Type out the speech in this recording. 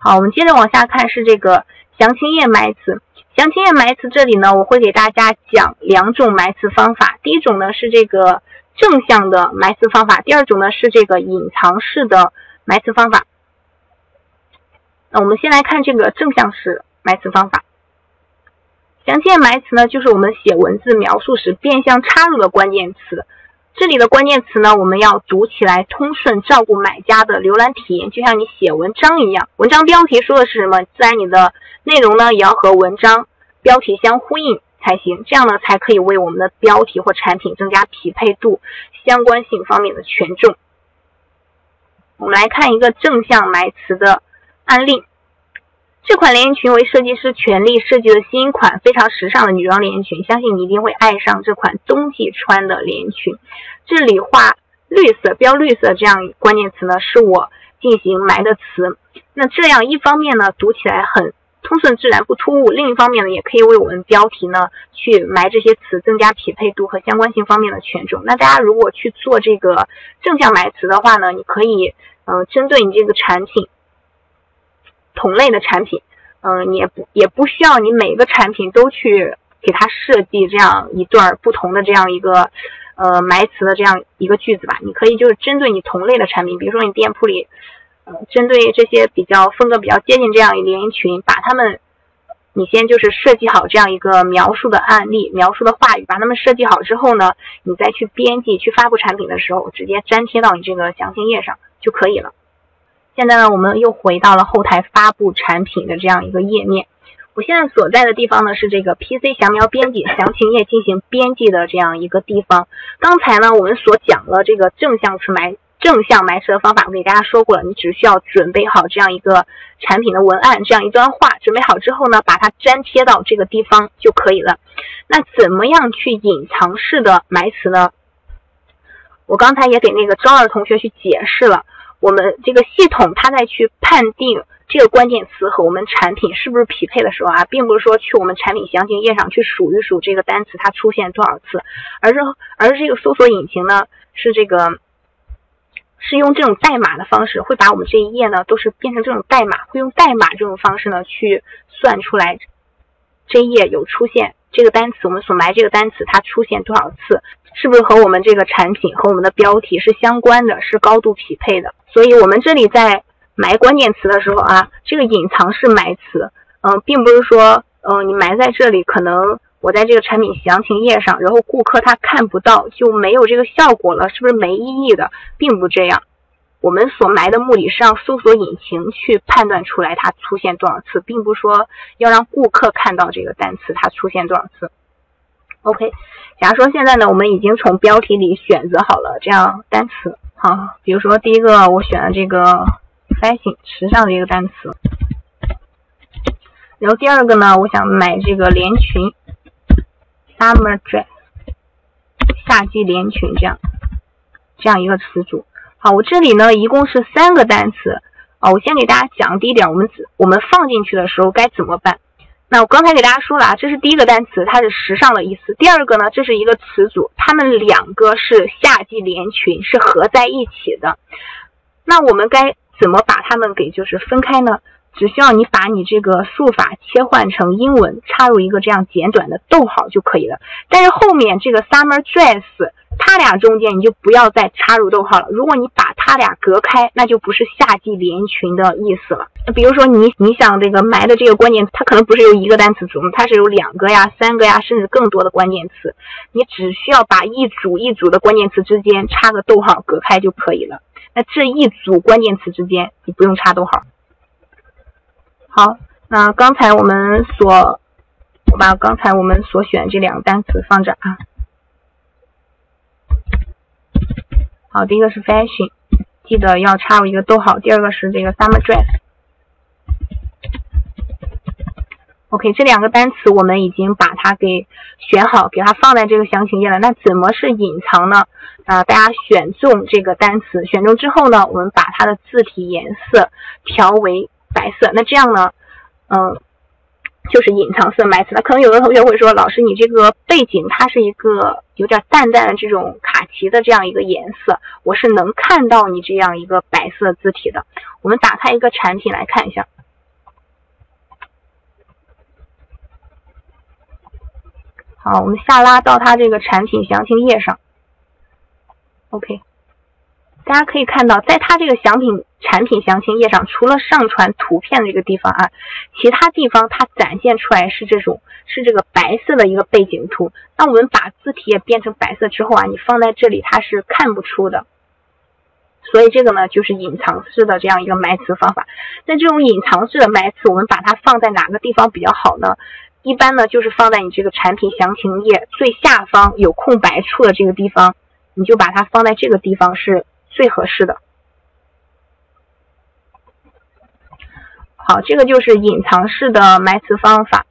好，我们接着往下看是这个详情页埋词。详情页埋词这里呢，我会给大家讲2种埋词方法。第一种呢是这个正向的埋词方法，第二种呢是这个隐藏式的埋词方法。那我们先来看这个正向式埋词方法。详情页埋词呢，就是我们写文字描述时变相插入的关键词。这里的关键词呢，我们要读起来通顺，照顾买家的浏览体验，就像你写文章一样。文章标题说的是什么，自然你的内容呢也要和文章标题相呼应才行，这样呢才可以为我们的标题或产品增加匹配度、相关性方面的权重。我们来看一个正向埋词的案例。这款连衣裙为设计师全力设计的新款非常时尚的女装连衣裙，相信你一定会爱上这款冬季穿的连衣裙。这里画绿色，标绿色这样关键词呢，是我进行埋的词。那这样一方面呢，读起来很通顺自然不突兀，另一方面呢，也可以为我们标题呢去埋这些词，增加匹配度和相关性方面的权重。那大家如果去做这个正向埋词的话呢，你可以针对你这个产品同类的产品，你也不需要你每个产品都去给它设计这样一段不同的这样一个埋词的这样一个句子吧。你可以就是针对你同类的产品，比如说你店铺里针对这些风格比较接近这样一连衣裙，把它们你先就是设计好这样一个描述的案例、描述的话语，把它们设计好之后呢，你再去编辑、去发布产品的时候，直接粘贴到你这个详情页上就可以了。现在呢，我们又回到了后台发布产品的这样一个页面。我现在所在的地方呢是这个 PC 详描编辑详情页进行编辑的这样一个地方。刚才呢我们所讲了这个正向埋词的方法，我给大家说过了，你只需要准备好这样一个产品的文案，这样一段话，准备好之后呢，把它粘贴到这个地方就可以了。那怎么样去隐藏式的埋词呢？我刚才也给那个周二同学去解释了。我们这个系统它在去判定这个关键词和我们产品是不是匹配的时候啊，并不是说去我们产品详情页上去数一数这个单词它出现多少次，而是这个搜索引擎呢是用这种代码的方式，会把我们这一页呢都是变成这种代码，会用代码这种方式呢去算出来这一页有出现这个单词，我们所埋这个单词它出现多少次，是不是和我们这个产品和我们的标题是相关的，是高度匹配的。所以我们这里在埋关键词的时候啊，这个隐藏式埋词并不是说你埋在这里，可能我在这个产品详情页上，然后顾客他看不到就没有这个效果了，是不是没意义的，并不这样。我们所埋的目的是让搜索引擎去判断出来它出现多少次，并不是说要让顾客看到这个单词它出现多少次。OK， 假如说现在呢，我们已经从标题里选择好了这样单词，好，比如说第一个我选了这个 fashion 时尚的一个单词，然后第二个呢，我想买这个连裙 summer dress 夏季连裙这样一个词组。好，我这里呢一共是3个单词我先给大家讲第一点，我们放进去的时候该怎么办。那我刚才给大家说了这是第一个单词，它是时尚的意思。第二个呢，这是一个词组，它们2个是夏季连裙，是合在一起的。那我们该怎么把它们给就是分开呢？只需要你把你这个输入法切换成英文，插入一个这样简短的逗号就可以了。但是后面这个 summer dress 它俩中间你就不要再插入逗号了，如果你把它俩隔开，那就不是夏季连裙的意思了。比如说你想这个埋的这个关键词，它可能不是由一个单词组，它是有2个呀、3个呀，甚至更多的关键词，你只需要把一组一组的关键词之间插个逗号隔开就可以了。那这一组关键词之间你不用插逗号。好，那刚才我们所选这2个单词放这啊。好，第一个是 fashion， 记得要插入一个逗号，第二个是这个 summer dress。OK， 这2个单词我们已经把它给选好，给它放在这个详情页了。那怎么是隐藏呢？大家选中这个单词，选中之后呢，我们把它的字体颜色调为白色。那这样呢，就是隐藏式埋词。那可能有的同学会说，老师你这个背景它是一个有点淡淡的这种卡其的这样一个颜色，我是能看到你这样一个白色字体的。我们打开一个产品来看一下。 好，我们下拉到它这个产品详情页上。OK， 大家可以看到，在它这个产品详情页上，除了上传图片的这个地方啊，其他地方它展现出来是这个白色的一个背景图。那我们把字体也变成白色之后啊，你放在这里它是看不出的。所以这个呢就是隐藏式的这样一个埋词方法。那这种隐藏式的埋词，我们把它放在哪个地方比较好呢？一般呢就是放在你这个产品详情页最下方有空白处的这个地方，你就把它放在这个地方是最合适的。好，这个就是隐藏式的埋词方法。